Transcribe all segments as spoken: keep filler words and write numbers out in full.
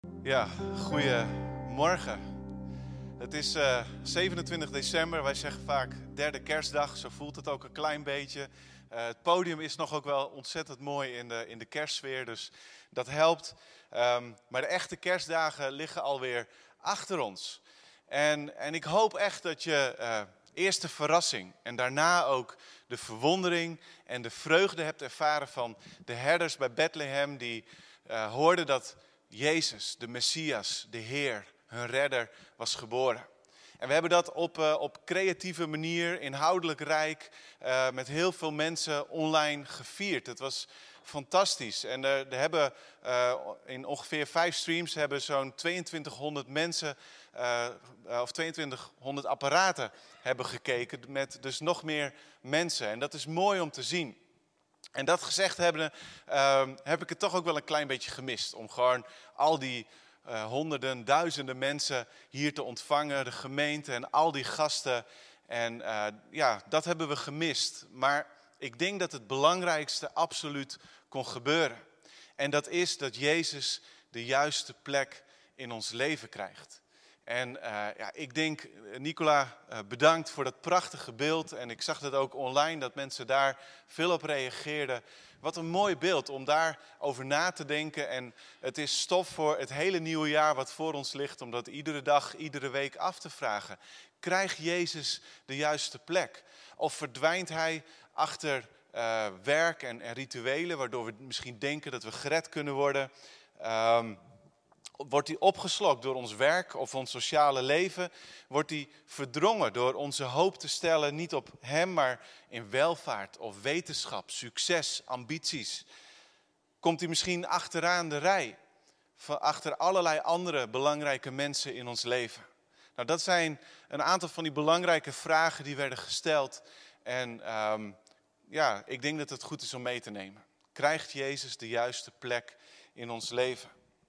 Ja, goedemorgen. Het is uh, zevenentwintig december, wij zeggen vaak derde kerstdag, zo voelt het ook een klein beetje. Uh, het podium is nog ook wel ontzettend mooi in de, in de kerstsfeer, dus dat helpt. Um, maar de echte kerstdagen liggen alweer achter ons. En, en ik hoop echt dat je uh, eerst de verrassing en daarna ook de verwondering en de vreugde hebt ervaren van de herders bij Bethlehem die uh, hoorden dat Jezus, de Messias, de Heer, hun redder, was geboren. En we hebben dat op, uh, op creatieve manier, inhoudelijk rijk, uh, met heel veel mensen online gevierd. Het was fantastisch. En er, er hebben uh, in ongeveer vijf streams hebben zo'n tweeëntwintighonderd mensen, uh, of tweeëntwintighonderd apparaten hebben gekeken met dus nog meer mensen. En dat is mooi om te zien. En dat gezegd hebbende, uh, heb ik het toch ook wel een klein beetje gemist. Om gewoon al die uh, honderden, duizenden mensen hier te ontvangen. De gemeente en al die gasten. En uh, ja, dat hebben we gemist. Maar ik denk dat het belangrijkste absoluut kon gebeuren. En dat is dat Jezus de juiste plek in ons leven krijgt. En uh, ja, ik denk, Nicola, uh, bedankt voor dat prachtige beeld. En ik zag dat ook online, dat mensen daar veel op reageerden. Wat een mooi beeld om daarover na te denken. En het is stof voor het hele nieuwe jaar wat voor ons ligt. Om dat iedere dag, iedere week af te vragen. Krijgt Jezus de juiste plek? Of verdwijnt hij achter uh, werk en, en rituelen, waardoor we misschien denken dat we gered kunnen worden? Um, Wordt die opgeslokt door ons werk of ons sociale leven? Wordt die verdrongen door onze hoop te stellen niet op hem, maar in welvaart of wetenschap, succes, ambities? Komt hij misschien achteraan de rij, achter allerlei andere belangrijke mensen in ons leven? Nou, dat zijn een aantal van die belangrijke vragen die werden gesteld. En um, ja, ik denk dat het goed is om mee te nemen. Krijgt Jezus de juiste plek in ons leven?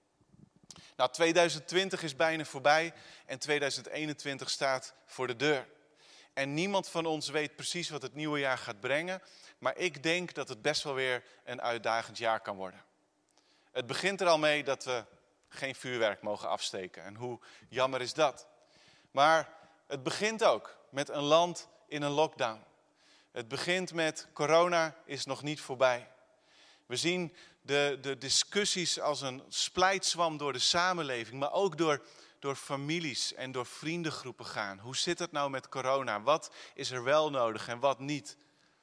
Nou, tweeduizend twintig is bijna voorbij en tweeduizend eenentwintig staat voor de deur. En niemand van ons weet precies wat het nieuwe jaar gaat brengen. Maar ik denk dat het best wel weer een uitdagend jaar kan worden. Het begint er al mee dat we geen vuurwerk mogen afsteken. En hoe jammer is dat? Maar het begint ook met een land in een lockdown. Het begint met corona is nog niet voorbij. We zien de, de discussies als een splijtswam door de samenleving, maar ook door, door families en door vriendengroepen gaan. Hoe zit het nou met corona? Wat is er wel nodig en wat niet?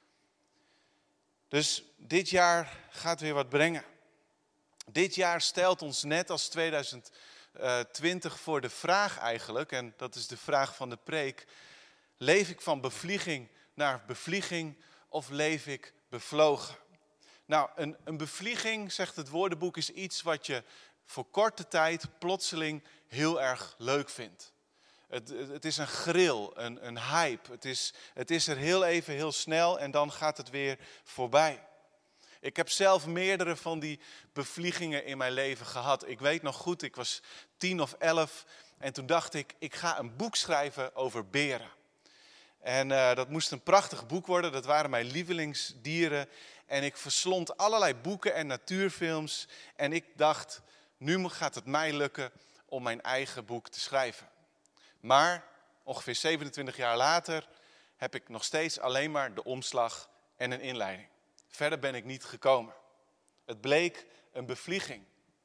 Dus dit jaar gaat weer wat brengen. Dit jaar stelt ons net als tweeduizend twintig voor de vraag eigenlijk, en dat is de vraag van de preek: leef ik van bevlieging naar bevlieging of leef ik bevlogen? Nou, een, een bevlieging, zegt het woordenboek, is iets wat je voor korte tijd plotseling heel erg leuk vindt. Het, het, het is een grill, een, een hype. Het is, het is er heel even, heel snel en dan gaat het weer voorbij. Ik heb zelf meerdere van die bevliegingen in mijn leven gehad. Ik weet nog goed, ik was tien of elf en toen dacht ik, ik ga een boek schrijven over beren. En uh, dat moest een prachtig boek worden, dat waren mijn lievelingsdieren. En ik verslond allerlei boeken en natuurfilms. En ik dacht, nu gaat het mij lukken om mijn eigen boek te schrijven. Maar ongeveer zevenentwintig jaar later heb ik nog steeds alleen maar de omslag en een inleiding. Verder ben ik niet gekomen. Het bleek een bevlieging.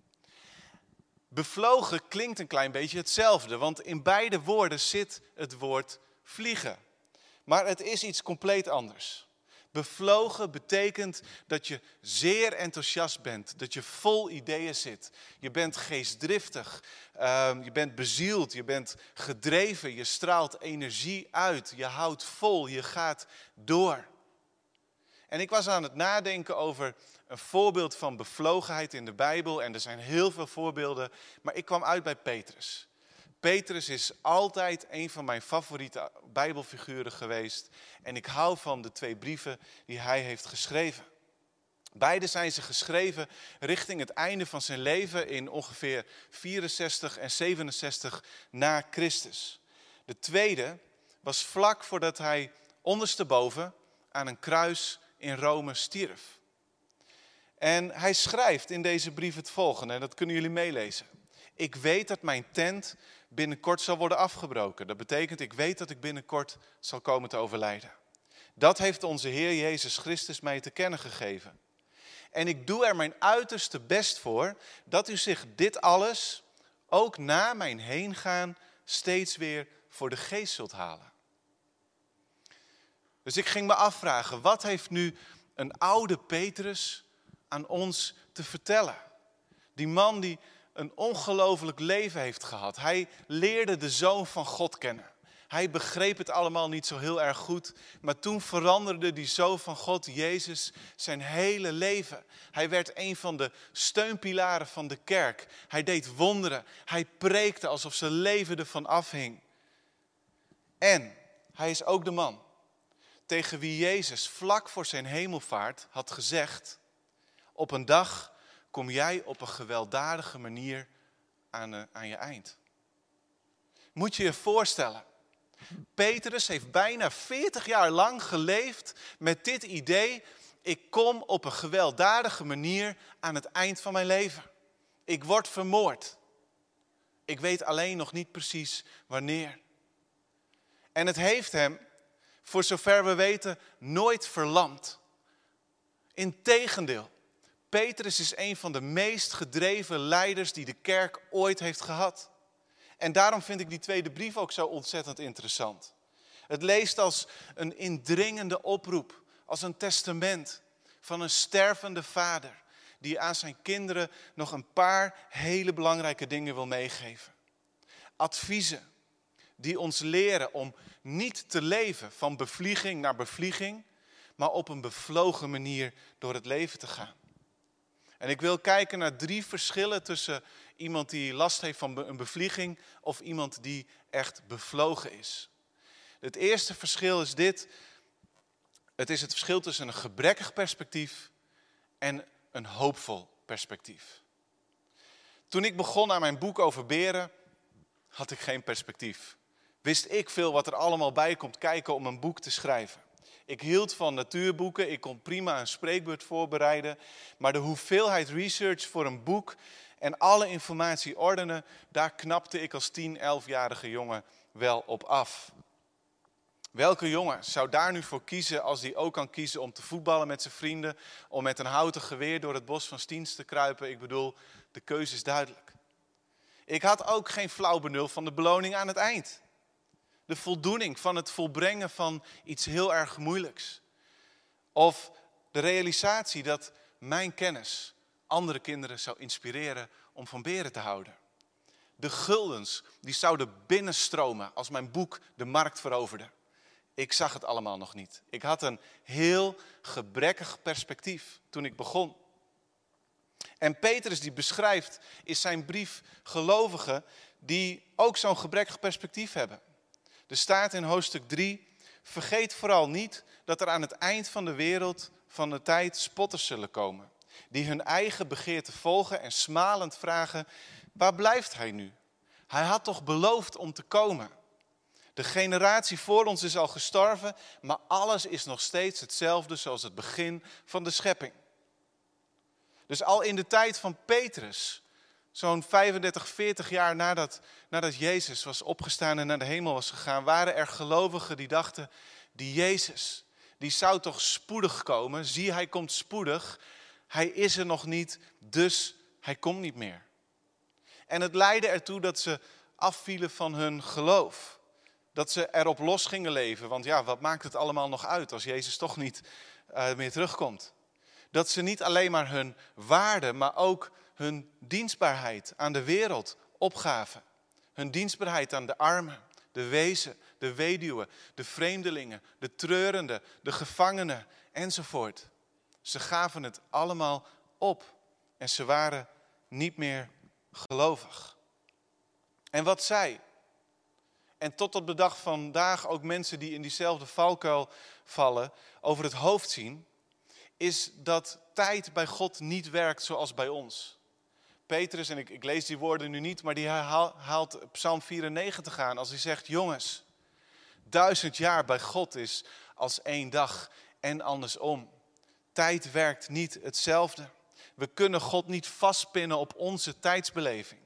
Bevlogen klinkt een klein beetje hetzelfde, want in beide woorden zit het woord vliegen. Maar het is iets compleet anders. Bevlogen betekent dat je zeer enthousiast bent, dat je vol ideeën zit. Je bent geestdriftig, uh, je bent bezield, je bent gedreven, je straalt energie uit, je houdt vol, je gaat door. En ik was aan het nadenken over een voorbeeld van bevlogenheid in de Bijbel. En er zijn heel veel voorbeelden, maar ik kwam uit bij Petrus. Petrus is altijd een van mijn favoriete Bijbelfiguren geweest. En ik hou van de twee brieven die hij heeft geschreven. Beide zijn ze geschreven richting het einde van zijn leven in ongeveer vierenzestig en zevenenzestig na Christus. De tweede was vlak voordat hij ondersteboven aan een kruis in Rome stierf. En hij schrijft in deze brief het volgende, en dat kunnen jullie meelezen. Ik weet dat mijn tent binnenkort zal worden afgebroken. Dat betekent, ik weet dat ik binnenkort zal komen te overlijden. Dat heeft onze Heer Jezus Christus mij te kennen gegeven. En ik doe er mijn uiterste best voor dat u zich dit alles, ook na mijn heengaan, steeds weer voor de geest zult halen. Dus ik ging me afvragen, wat heeft nu een oude Petrus aan ons te vertellen? Die man die een ongelooflijk leven heeft gehad. Hij leerde de Zoon van God kennen. Hij begreep het allemaal niet zo heel erg goed. Maar toen veranderde die Zoon van God, Jezus, zijn hele leven. Hij werd een van de steunpilaren van de kerk. Hij deed wonderen. Hij preekte alsof zijn leven ervan afhing. En hij is ook de man tegen wie Jezus vlak voor zijn hemelvaart had gezegd: op een dag kom jij op een gewelddadige manier aan, aan je eind. Moet je je voorstellen. Petrus heeft bijna veertig jaar lang geleefd met dit idee: ik kom op een gewelddadige manier aan het eind van mijn leven. Ik word vermoord. Ik weet alleen nog niet precies wanneer. En het heeft hem, voor zover we weten, nooit verlamd. Integendeel, Petrus is een van de meest gedreven leiders die de kerk ooit heeft gehad. En daarom vind ik die tweede brief ook zo ontzettend interessant. Het leest als een indringende oproep, als een testament van een stervende vader die aan zijn kinderen nog een paar hele belangrijke dingen wil meegeven. Adviezen die ons leren om niet te leven van bevlieging naar bevlieging, maar op een bevlogen manier door het leven te gaan. En ik wil kijken naar drie verschillen tussen iemand die last heeft van een bevlieging of iemand die echt bevlogen is. Het eerste verschil is dit. Het is het verschil tussen een gebrekkig perspectief en een hoopvol perspectief. Toen ik begon aan mijn boek over beren, had ik geen perspectief. Wist ik veel wat er allemaal bij komt kijken om een boek te schrijven. Ik hield van natuurboeken, ik kon prima een spreekbeurt voorbereiden. Maar de hoeveelheid research voor een boek en alle informatie ordenen, daar knapte ik als tien, elfjarige jongen wel op af. Welke jongen zou daar nu voor kiezen als hij ook kan kiezen om te voetballen met zijn vrienden, om met een houten geweer door het bos van Stiens te kruipen? Ik bedoel, de keuze is duidelijk. Ik had ook geen flauw benul van de beloning aan het eind. De voldoening van het volbrengen van iets heel erg moeilijks. Of de realisatie dat mijn kennis andere kinderen zou inspireren om van beren te houden. De guldens die zouden binnenstromen als mijn boek de markt veroverde. Ik zag het allemaal nog niet. Ik had een heel gebrekkig perspectief toen ik begon. En Petrus die beschrijft in zijn brief gelovigen die ook zo'n gebrekkig perspectief hebben. Er staat in hoofdstuk drie, vergeet vooral niet dat er aan het eind van de wereld van de tijd spotters zullen komen. Die hun eigen begeerte volgen en smalend vragen, waar blijft hij nu? Hij had toch beloofd om te komen. De generatie voor ons is al gestorven, maar alles is nog steeds hetzelfde zoals het begin van de schepping. Dus al in de tijd van Petrus, zo'n vijfendertig, veertig jaar nadat, nadat Jezus was opgestaan en naar de hemel was gegaan, waren er gelovigen die dachten, die Jezus, die zou toch spoedig komen. Zie, hij komt spoedig. Hij is er nog niet, dus hij komt niet meer. En het leidde ertoe dat ze afvielen van hun geloof. Dat ze erop los gingen leven. Want ja, wat maakt het allemaal nog uit als Jezus toch niet uh, meer terugkomt? Dat ze niet alleen maar hun waarde, maar ook hun dienstbaarheid aan de wereld opgaven. Hun dienstbaarheid aan de armen, de wezen, de weduwen, de vreemdelingen, de treurenden, de gevangenen enzovoort. Ze gaven het allemaal op en ze waren niet meer gelovig. En wat zij, en tot op de dag van vandaag ook mensen die in diezelfde valkuil vallen, over het hoofd zien, is dat tijd bij God niet werkt zoals bij ons. Petrus, en ik, ik lees die woorden nu niet, maar die haalt Psalm vierennegentig aan als hij zegt, jongens, duizend jaar bij God is als één dag en andersom. Tijd werkt niet hetzelfde. We kunnen God niet vastpinnen op onze tijdsbeleving.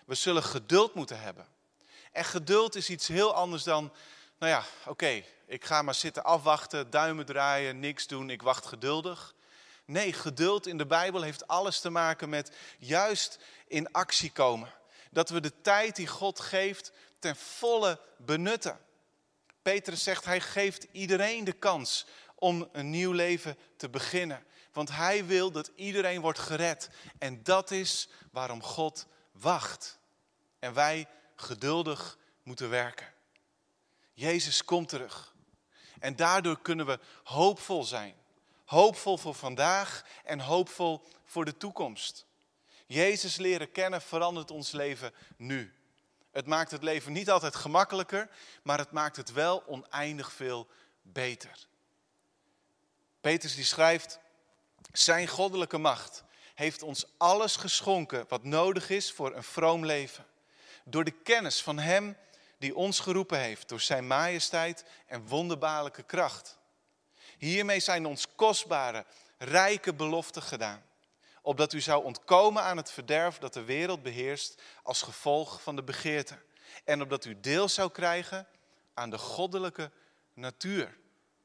We zullen geduld moeten hebben. En geduld is iets heel anders dan, nou ja, oké, okay, ik ga maar zitten afwachten, duimen draaien, niks doen, ik wacht geduldig. Nee, geduld in de Bijbel heeft alles te maken met juist in actie komen. Dat we de tijd die God geeft ten volle benutten. Petrus zegt, hij geeft iedereen de kans om een nieuw leven te beginnen. Want hij wil dat iedereen wordt gered. En dat is waarom God wacht. En wij geduldig moeten werken. Jezus komt terug. En daardoor kunnen we hoopvol zijn. Hoopvol voor vandaag en hoopvol voor de toekomst. Jezus leren kennen verandert ons leven nu. Het maakt het leven niet altijd gemakkelijker, maar het maakt het wel oneindig veel beter. Petrus die schrijft, zijn goddelijke macht heeft ons alles geschonken wat nodig is voor een vroom leven. Door de kennis van hem die ons geroepen heeft, door zijn majesteit en wonderbaarlijke kracht. Hiermee zijn ons kostbare, rijke beloften gedaan. Opdat u zou ontkomen aan het verderf dat de wereld beheerst als gevolg van de begeerte. En opdat u deel zou krijgen aan de goddelijke natuur.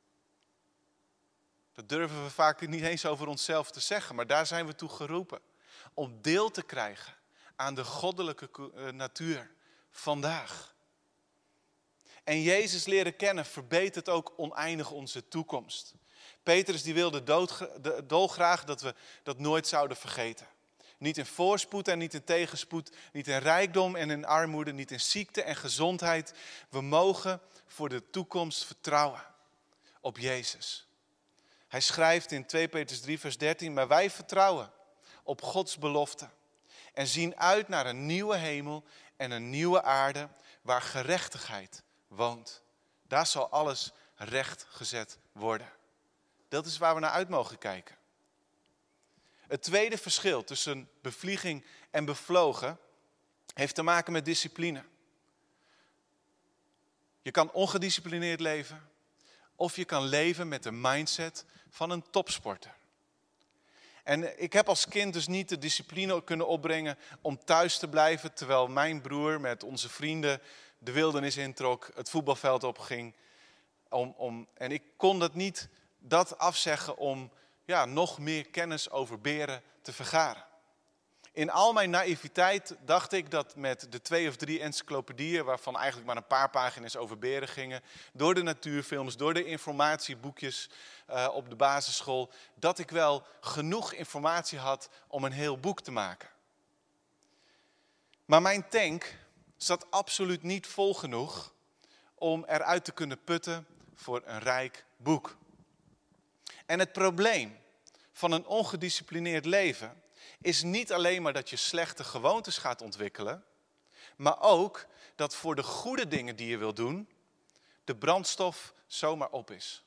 Dat durven we vaak niet eens over onszelf te zeggen, maar daar zijn we toe geroepen. Om deel te krijgen aan de goddelijke natuur vandaag. En Jezus leren kennen verbetert ook oneindig onze toekomst. Petrus die wilde dood, dolgraag dat we dat nooit zouden vergeten. Niet in voorspoed en niet in tegenspoed, niet in rijkdom en in armoede, niet in ziekte en gezondheid. We mogen voor de toekomst vertrouwen op Jezus. Hij schrijft in twee Petrus drie vers dertien, maar wij vertrouwen op Gods belofte. En zien uit naar een nieuwe hemel en een nieuwe aarde waar gerechtigheid woont. Daar zal alles recht gezet worden. Dat is waar we naar uit mogen kijken. Het tweede verschil tussen bevlieging en bevlogen heeft te maken met discipline. Je kan ongedisciplineerd leven of je kan leven met de mindset van een topsporter. En ik heb als kind dus niet de discipline kunnen opbrengen om thuis te blijven, terwijl mijn broer met onze vrienden de wildernis introk, het voetbalveld opging. Om, om, en ik kon dat niet dat afzeggen om ja, nog meer kennis over beren te vergaren. In al mijn naïviteit dacht ik dat met de twee of drie encyclopedieën, waarvan eigenlijk maar een paar pagina's over beren gingen, door de natuurfilms, door de informatieboekjes uh, op de basisschool, dat ik wel genoeg informatie had om een heel boek te maken. Maar mijn tank zat absoluut niet vol genoeg om eruit te kunnen putten voor een rijk boek. En het probleem van een ongedisciplineerd leven is niet alleen maar dat je slechte gewoontes gaat ontwikkelen, maar ook dat voor de goede dingen die je wil doen, de brandstof zomaar op is.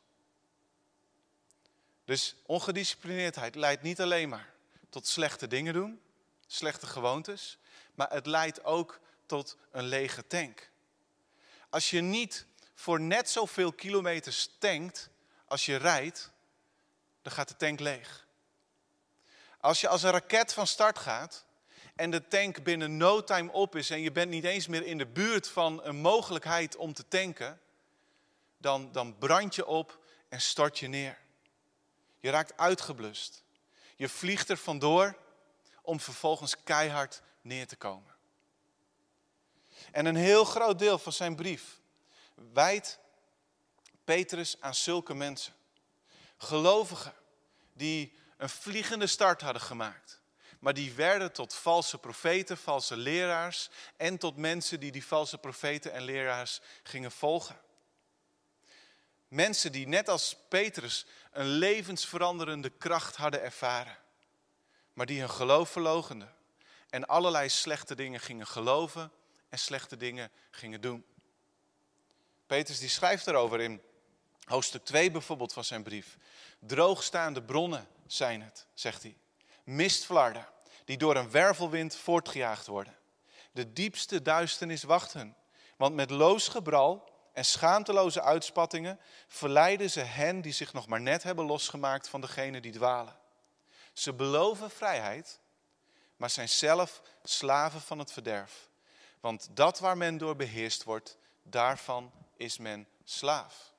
Dus ongedisciplineerdheid leidt niet alleen maar tot slechte dingen doen, slechte gewoontes, maar het leidt ook tot een lege tank. Als je niet voor net zoveel kilometers tankt als je rijdt, dan gaat de tank leeg. Als je als een raket van start gaat en de tank binnen no time op is en je bent niet eens meer in de buurt van een mogelijkheid om te tanken, dan, dan brand je op en stort je neer. Je raakt uitgeblust. Je vliegt er vandoor om vervolgens keihard neer te komen. En een heel groot deel van zijn brief wijdt Petrus aan zulke mensen. Gelovigen die een vliegende start hadden gemaakt. Maar die werden tot valse profeten, valse leraars en tot mensen die die valse profeten en leraars gingen volgen. Mensen die net als Petrus een levensveranderende kracht hadden ervaren. Maar die hun geloof verloochenden en allerlei slechte dingen gingen geloven en slechte dingen gingen doen. Petrus die schrijft daarover in hoofdstuk twee bijvoorbeeld van zijn brief. Droogstaande bronnen zijn het, zegt hij. Mistflarden die door een wervelwind voortgejaagd worden. De diepste duisternis wacht hun. Want met loos gebral en schaamteloze uitspattingen verleiden ze hen die zich nog maar net hebben losgemaakt van degene die dwalen. Ze beloven vrijheid, maar zijn zelf slaven van het verderf. Want dat waar men door beheerst wordt, daarvan is men slaaf.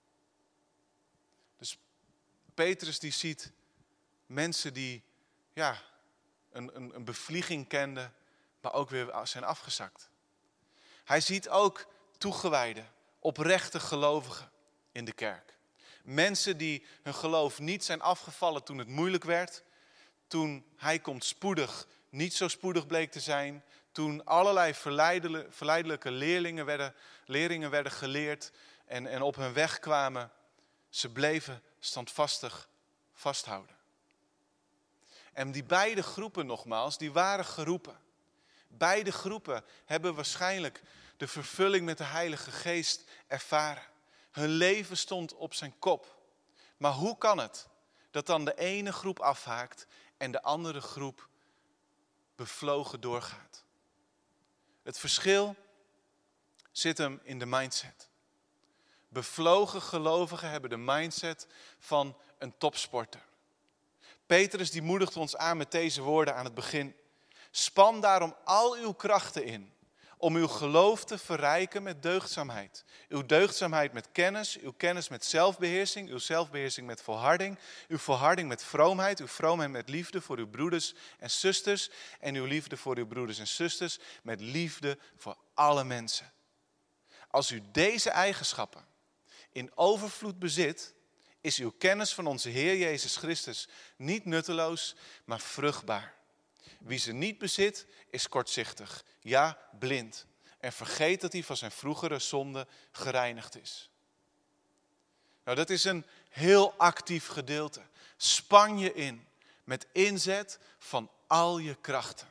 Dus Petrus die ziet mensen die ja, een, een, een bevlieging kenden, maar ook weer zijn afgezakt. Hij ziet ook toegewijde, oprechte gelovigen in de kerk. Mensen die hun geloof niet zijn afgevallen toen het moeilijk werd. Toen hij komt spoedig niet zo spoedig bleek te zijn. Toen allerlei verleidelijke, verleidelijke leerlingen werden, leringen werden geleerd en, en op hun weg kwamen. Ze bleven standvastig vasthouden. En die beide groepen nogmaals, die waren geroepen. Beide groepen hebben waarschijnlijk de vervulling met de Heilige Geest ervaren. Hun leven stond op zijn kop. Maar hoe kan het dat dan de ene groep afhaakt en de andere groep bevlogen doorgaat? Het verschil zit hem in de mindset. Bevlogen gelovigen hebben de mindset van een topsporter. Petrus die moedigt ons aan met deze woorden aan het begin. Span daarom al uw krachten in om uw geloof te verrijken met deugdzaamheid. Uw deugdzaamheid met kennis, uw kennis met zelfbeheersing, uw zelfbeheersing met volharding, uw volharding met vroomheid, uw vroomheid met liefde voor uw broeders en zusters en uw liefde voor uw broeders en zusters met liefde voor alle mensen. Als u deze eigenschappen in overvloed bezit, is uw kennis van onze Heer Jezus Christus niet nutteloos, maar vruchtbaar. Wie ze niet bezit, is kortzichtig, ja, blind. En vergeet dat hij van zijn vroegere zonde gereinigd is. Nou, dat is een heel actief gedeelte. Span je in met inzet van al je krachten.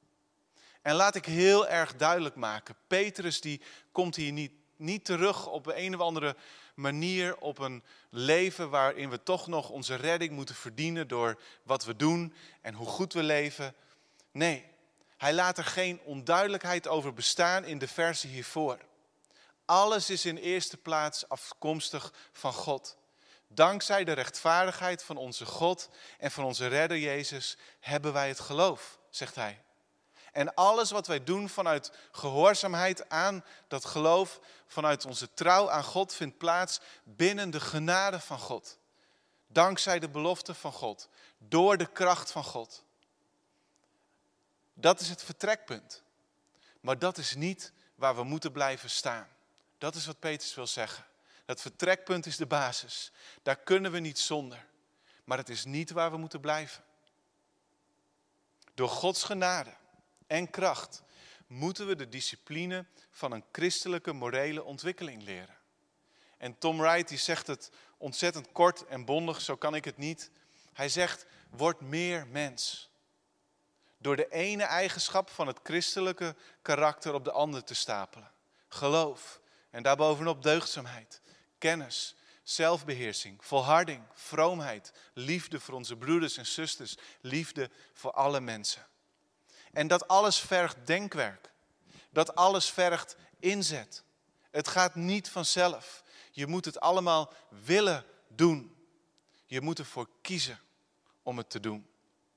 En laat ik heel erg duidelijk maken, Petrus die komt hier niet, niet terug op een of andere manier, op een leven waarin we toch nog onze redding moeten verdienen door wat we doen en hoe goed we leven. Nee, hij laat er geen onduidelijkheid over bestaan in de verse hiervoor. Alles is in eerste plaats afkomstig van God. Dankzij de rechtvaardigheid van onze God en van onze redder Jezus hebben wij het geloof, zegt hij. En alles wat wij doen vanuit gehoorzaamheid aan dat geloof, vanuit onze trouw aan God, vindt plaats binnen de genade van God. Dankzij de belofte van God, door de kracht van God. Dat is het vertrekpunt. Maar dat is niet waar we moeten blijven staan. Dat is wat Petrus wil zeggen. Dat vertrekpunt is de basis. Daar kunnen we niet zonder. Maar het is niet waar we moeten blijven. Door Gods genade en kracht moeten we de discipline van een christelijke morele ontwikkeling leren. En Tom Wright die zegt het ontzettend kort en bondig, zo kan ik het niet. Hij zegt, word meer mens. Door de ene eigenschap van het christelijke karakter op de andere te stapelen. Geloof en daarbovenop deugdzaamheid, kennis, zelfbeheersing, volharding, vroomheid, liefde voor onze broeders en zusters, liefde voor alle mensen. En dat alles vergt denkwerk. Dat alles vergt inzet. Het gaat niet vanzelf. Je moet het allemaal willen doen. Je moet ervoor kiezen om het te doen.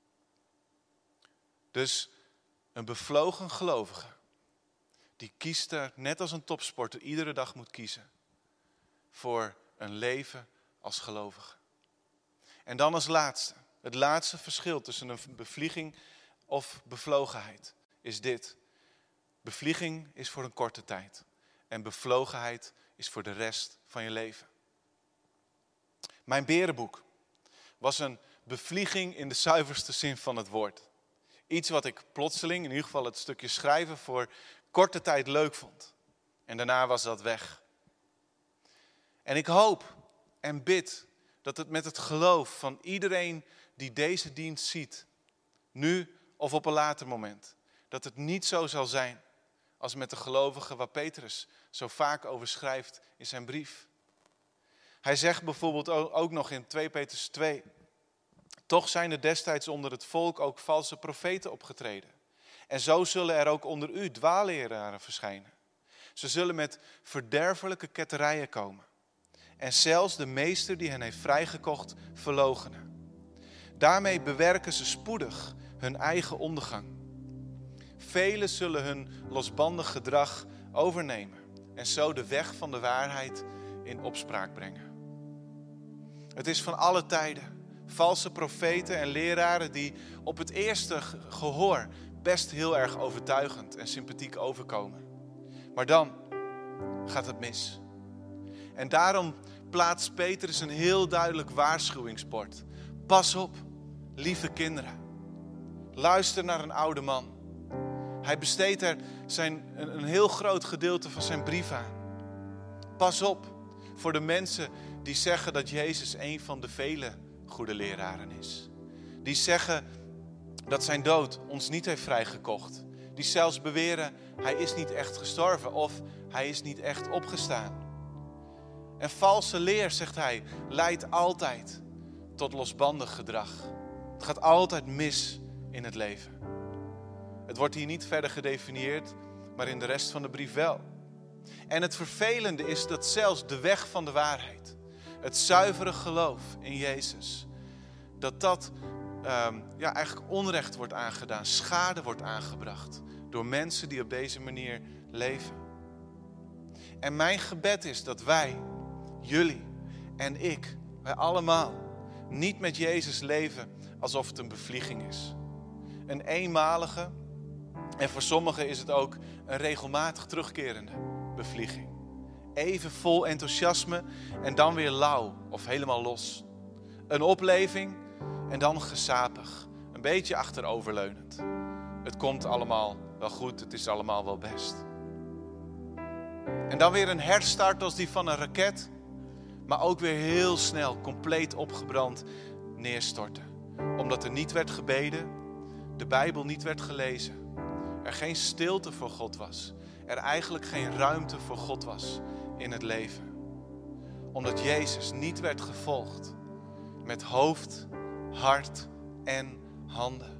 Dus een bevlogen gelovige, die kiest er net als een topsporter iedere dag moet kiezen voor een leven als gelovige. En dan als laatste, het laatste verschil tussen een bevlieging of bevlogenheid is dit. Bevlieging is voor een korte tijd en bevlogenheid is voor de rest van je leven. Mijn berenboek was een bevlieging in de zuiverste zin van het woord. Iets wat ik plotseling, in ieder geval het stukje schrijven, voor korte tijd leuk vond. En daarna was dat weg. En ik hoop en bid dat het met het geloof van iedereen die deze dienst ziet, nu of op een later moment, dat het niet zo zal zijn als met de gelovigen waar Petrus zo vaak over schrijft in zijn brief. Hij zegt bijvoorbeeld ook nog in twee Petrus twee... Toch zijn er destijds onder het volk ook valse profeten opgetreden. En zo zullen er ook onder u dwaalleraren verschijnen. Ze zullen met verderfelijke ketterijen komen. En zelfs de meester die hen heeft vrijgekocht verloochenen. Daarmee bewerken ze spoedig hun eigen ondergang. Velen zullen hun losbandig gedrag overnemen en zo de weg van de waarheid in opspraak brengen. Het is van alle tijden valse profeten en leraren die op het eerste gehoor best heel erg overtuigend en sympathiek overkomen. Maar dan gaat het mis. En daarom plaatst Petrus een heel duidelijk waarschuwingsbord. Pas op, lieve kinderen. Luister naar een oude man. Hij besteedt er zijn, een, een heel groot gedeelte van zijn brief aan. Pas op voor de mensen die zeggen dat Jezus een van de vele goede leraren is. Die zeggen dat zijn dood ons niet heeft vrijgekocht. Die zelfs beweren, hij is niet echt gestorven of hij is niet echt opgestaan. En valse leer, zegt hij, leidt altijd tot losbandig gedrag. Het gaat altijd mis in het leven. Het wordt hier niet verder gedefinieerd, maar in de rest van de brief wel. En het vervelende is dat zelfs de weg van de waarheid, het zuivere geloof in Jezus, dat dat um, ja, eigenlijk onrecht wordt aangedaan, schade wordt aangebracht door mensen die op deze manier leven. En mijn gebed is dat wij, jullie en ik, wij allemaal, niet met Jezus leven alsof het een bevlieging is. Een eenmalige, en voor sommigen is het ook een regelmatig terugkerende bevlieging. Even vol enthousiasme en dan weer lauw of helemaal los. Een opleving en dan gesapig, een beetje achteroverleunend. Het komt allemaal wel goed, het is allemaal wel best. En dan weer een herstart als die van een raket, maar ook weer heel snel, compleet opgebrand neerstorten. Omdat er niet werd gebeden, de Bijbel niet werd gelezen, er geen stilte voor God was, er eigenlijk geen ruimte voor God was in het leven. Omdat Jezus niet werd gevolgd met hoofd, hart en handen.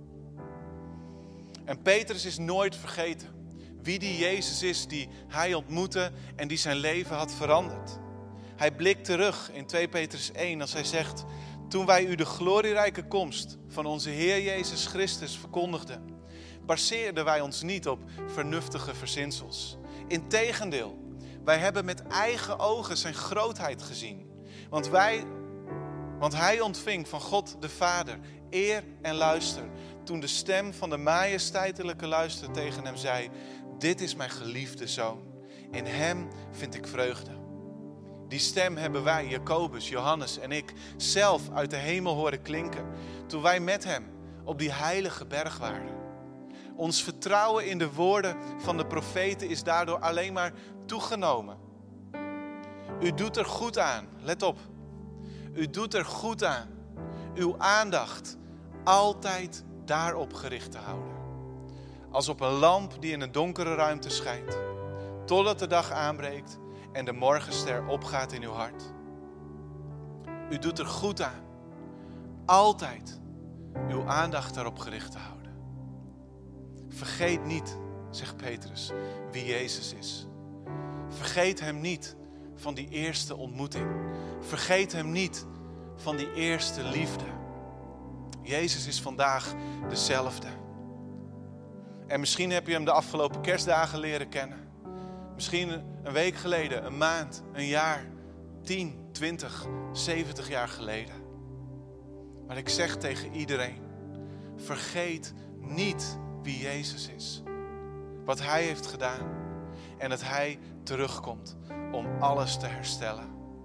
En Petrus is nooit vergeten wie die Jezus is die hij ontmoette en die zijn leven had veranderd. Hij blikt terug in twee Petrus één als hij zegt: toen wij u de glorierijke komst van onze Heer Jezus Christus verkondigden, baseerden wij ons niet op vernuftige verzinsels. Integendeel, wij hebben met eigen ogen zijn grootheid gezien. Want, wij, want hij ontving van God de Vader eer en luister toen de stem van de majesteitelijke luister tegen hem zei: dit is mijn geliefde zoon, in hem vind ik vreugde. Die stem hebben wij, Jacobus, Johannes en ik, zelf uit de hemel horen klinken toen wij met hem op die heilige berg waren. Ons vertrouwen in de woorden van de profeten is daardoor alleen maar toegenomen. U doet er goed aan, let op. U doet er goed aan uw aandacht altijd daarop gericht te houden. Als op een lamp die in een donkere ruimte schijnt, totdat de dag aanbreekt en de morgenster opgaat in uw hart. U doet er goed aan altijd uw aandacht daarop gericht te houden. Vergeet niet, zegt Petrus, wie Jezus is. Vergeet hem niet van die eerste ontmoeting. Vergeet hem niet van die eerste liefde. Jezus is vandaag dezelfde. En misschien heb je hem de afgelopen kerstdagen leren kennen. Misschien een week geleden, een maand, een jaar, tien, twintig, zeventig jaar geleden. Maar ik zeg tegen iedereen, vergeet niet wie Jezus is. Wat hij heeft gedaan. En dat hij terugkomt om alles te herstellen.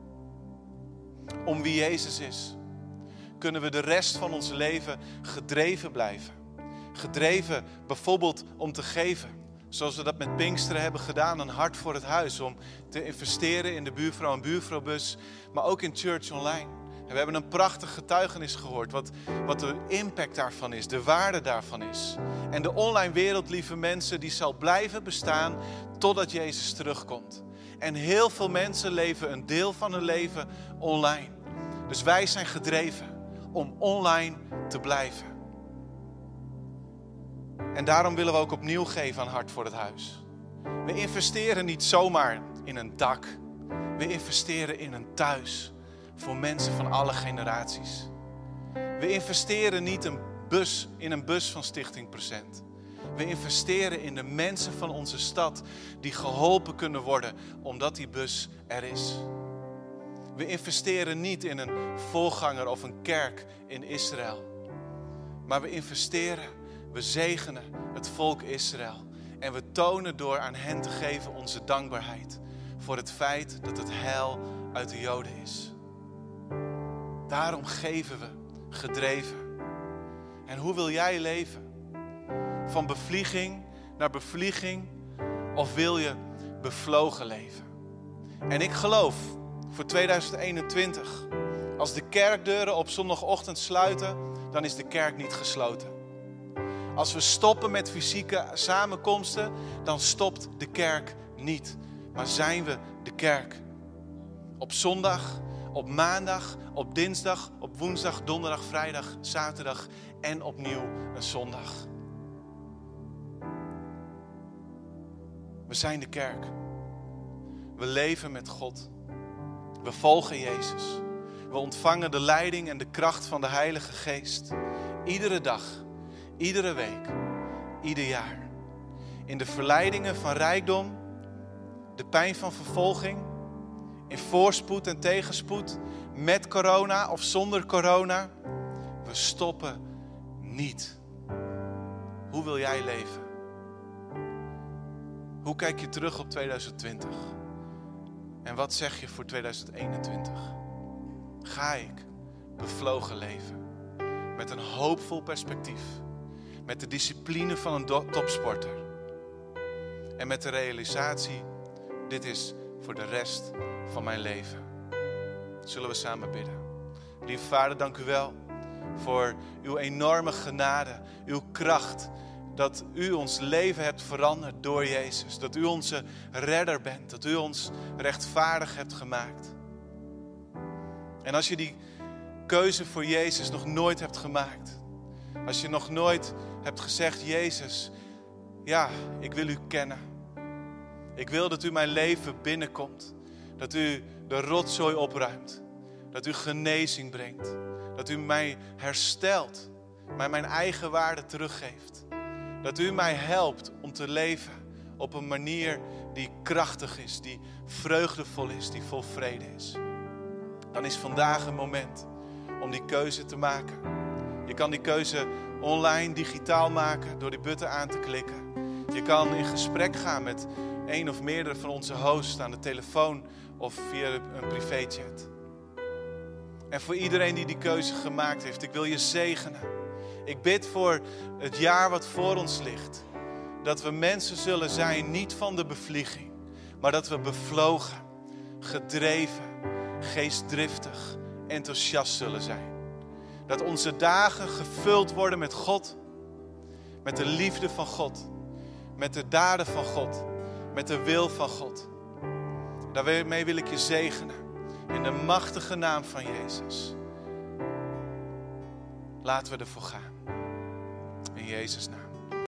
Om wie Jezus is, kunnen we de rest van ons leven gedreven blijven. Gedreven bijvoorbeeld om te geven. Zoals we dat met Pinksteren hebben gedaan, een hart voor het huis. Om te investeren in de buurvrouw en buurvrouwbus, maar ook in Church Online. En we hebben een prachtig getuigenis gehoord, wat, wat de impact daarvan is, de waarde daarvan is. En de online wereld, lieve mensen, die zal blijven bestaan totdat Jezus terugkomt. En heel veel mensen leven een deel van hun leven online. Dus wij zijn gedreven om online te blijven. En daarom willen we ook opnieuw geven aan Hart voor het Huis. We investeren niet zomaar in een dak. We investeren in een thuis voor mensen van alle generaties. We investeren niet een bus, in een bus van Stichting Present. We investeren in de mensen van onze stad die geholpen kunnen worden omdat die bus er is. We investeren niet in een voorganger of een kerk in Israël. Maar we investeren, we zegenen het volk Israël. En we tonen door aan hen te geven onze dankbaarheid voor het feit dat het heil uit de Joden is. Daarom geven we, gedreven. En hoe wil jij leven? Van bevlieging naar bevlieging, of wil je bevlogen leven? En ik geloof voor tweeduizend eenentwintig, als de kerkdeuren op zondagochtend sluiten, dan is de kerk niet gesloten. Als we stoppen met fysieke samenkomsten, dan stopt de kerk niet. Maar zijn we de kerk? Op zondag, op maandag, op dinsdag, op woensdag, donderdag, vrijdag, zaterdag en opnieuw een zondag. We zijn de kerk. We leven met God. We volgen Jezus. We ontvangen de leiding en de kracht van de Heilige Geest. Iedere dag, iedere week, ieder jaar. In de verleidingen van rijkdom, de pijn van vervolging, in voorspoed en tegenspoed, met corona of zonder corona. We stoppen niet. Hoe wil jij leven? Hoe kijk je terug op tweeduizend twintig? En wat zeg je voor tweeduizend eenentwintig? Ga ik bevlogen leven? Met een hoopvol perspectief. Met de discipline van een do- topsporter. En met de realisatie, dit is voor de rest van mijn leven. Zullen we samen bidden. Lieve Vader, dank u wel voor uw enorme genade, uw kracht. Dat u ons leven hebt veranderd door Jezus. Dat u onze redder bent. Dat u ons rechtvaardig hebt gemaakt. En als je die keuze voor Jezus nog nooit hebt gemaakt. Als je nog nooit hebt gezegd, Jezus, ja, ik wil u kennen. Ik wil dat u mijn leven binnenkomt. Dat u de rotzooi opruimt. Dat u genezing brengt. Dat u mij herstelt. Mij mijn eigen waarde teruggeeft. Dat u mij helpt om te leven op een manier die krachtig is. Die vreugdevol is. Die vol vrede is. Dan is vandaag een moment om die keuze te maken. Je kan die keuze online, digitaal maken door die button aan te klikken. Je kan in gesprek gaan met één of meerdere van onze hosts aan de telefoon of via een privéchat. En voor iedereen die die keuze gemaakt heeft, ik wil je zegenen. Ik bid voor het jaar wat voor ons ligt. Dat we mensen zullen zijn, niet van de bevlieging, maar dat we bevlogen, gedreven, geestdriftig, enthousiast zullen zijn. Dat onze dagen gevuld worden met God, met de liefde van God, met de daden van God, met de wil van God. Daarmee wil ik je zegenen, in de machtige naam van Jezus. Laten we ervoor gaan. In Jezus' naam.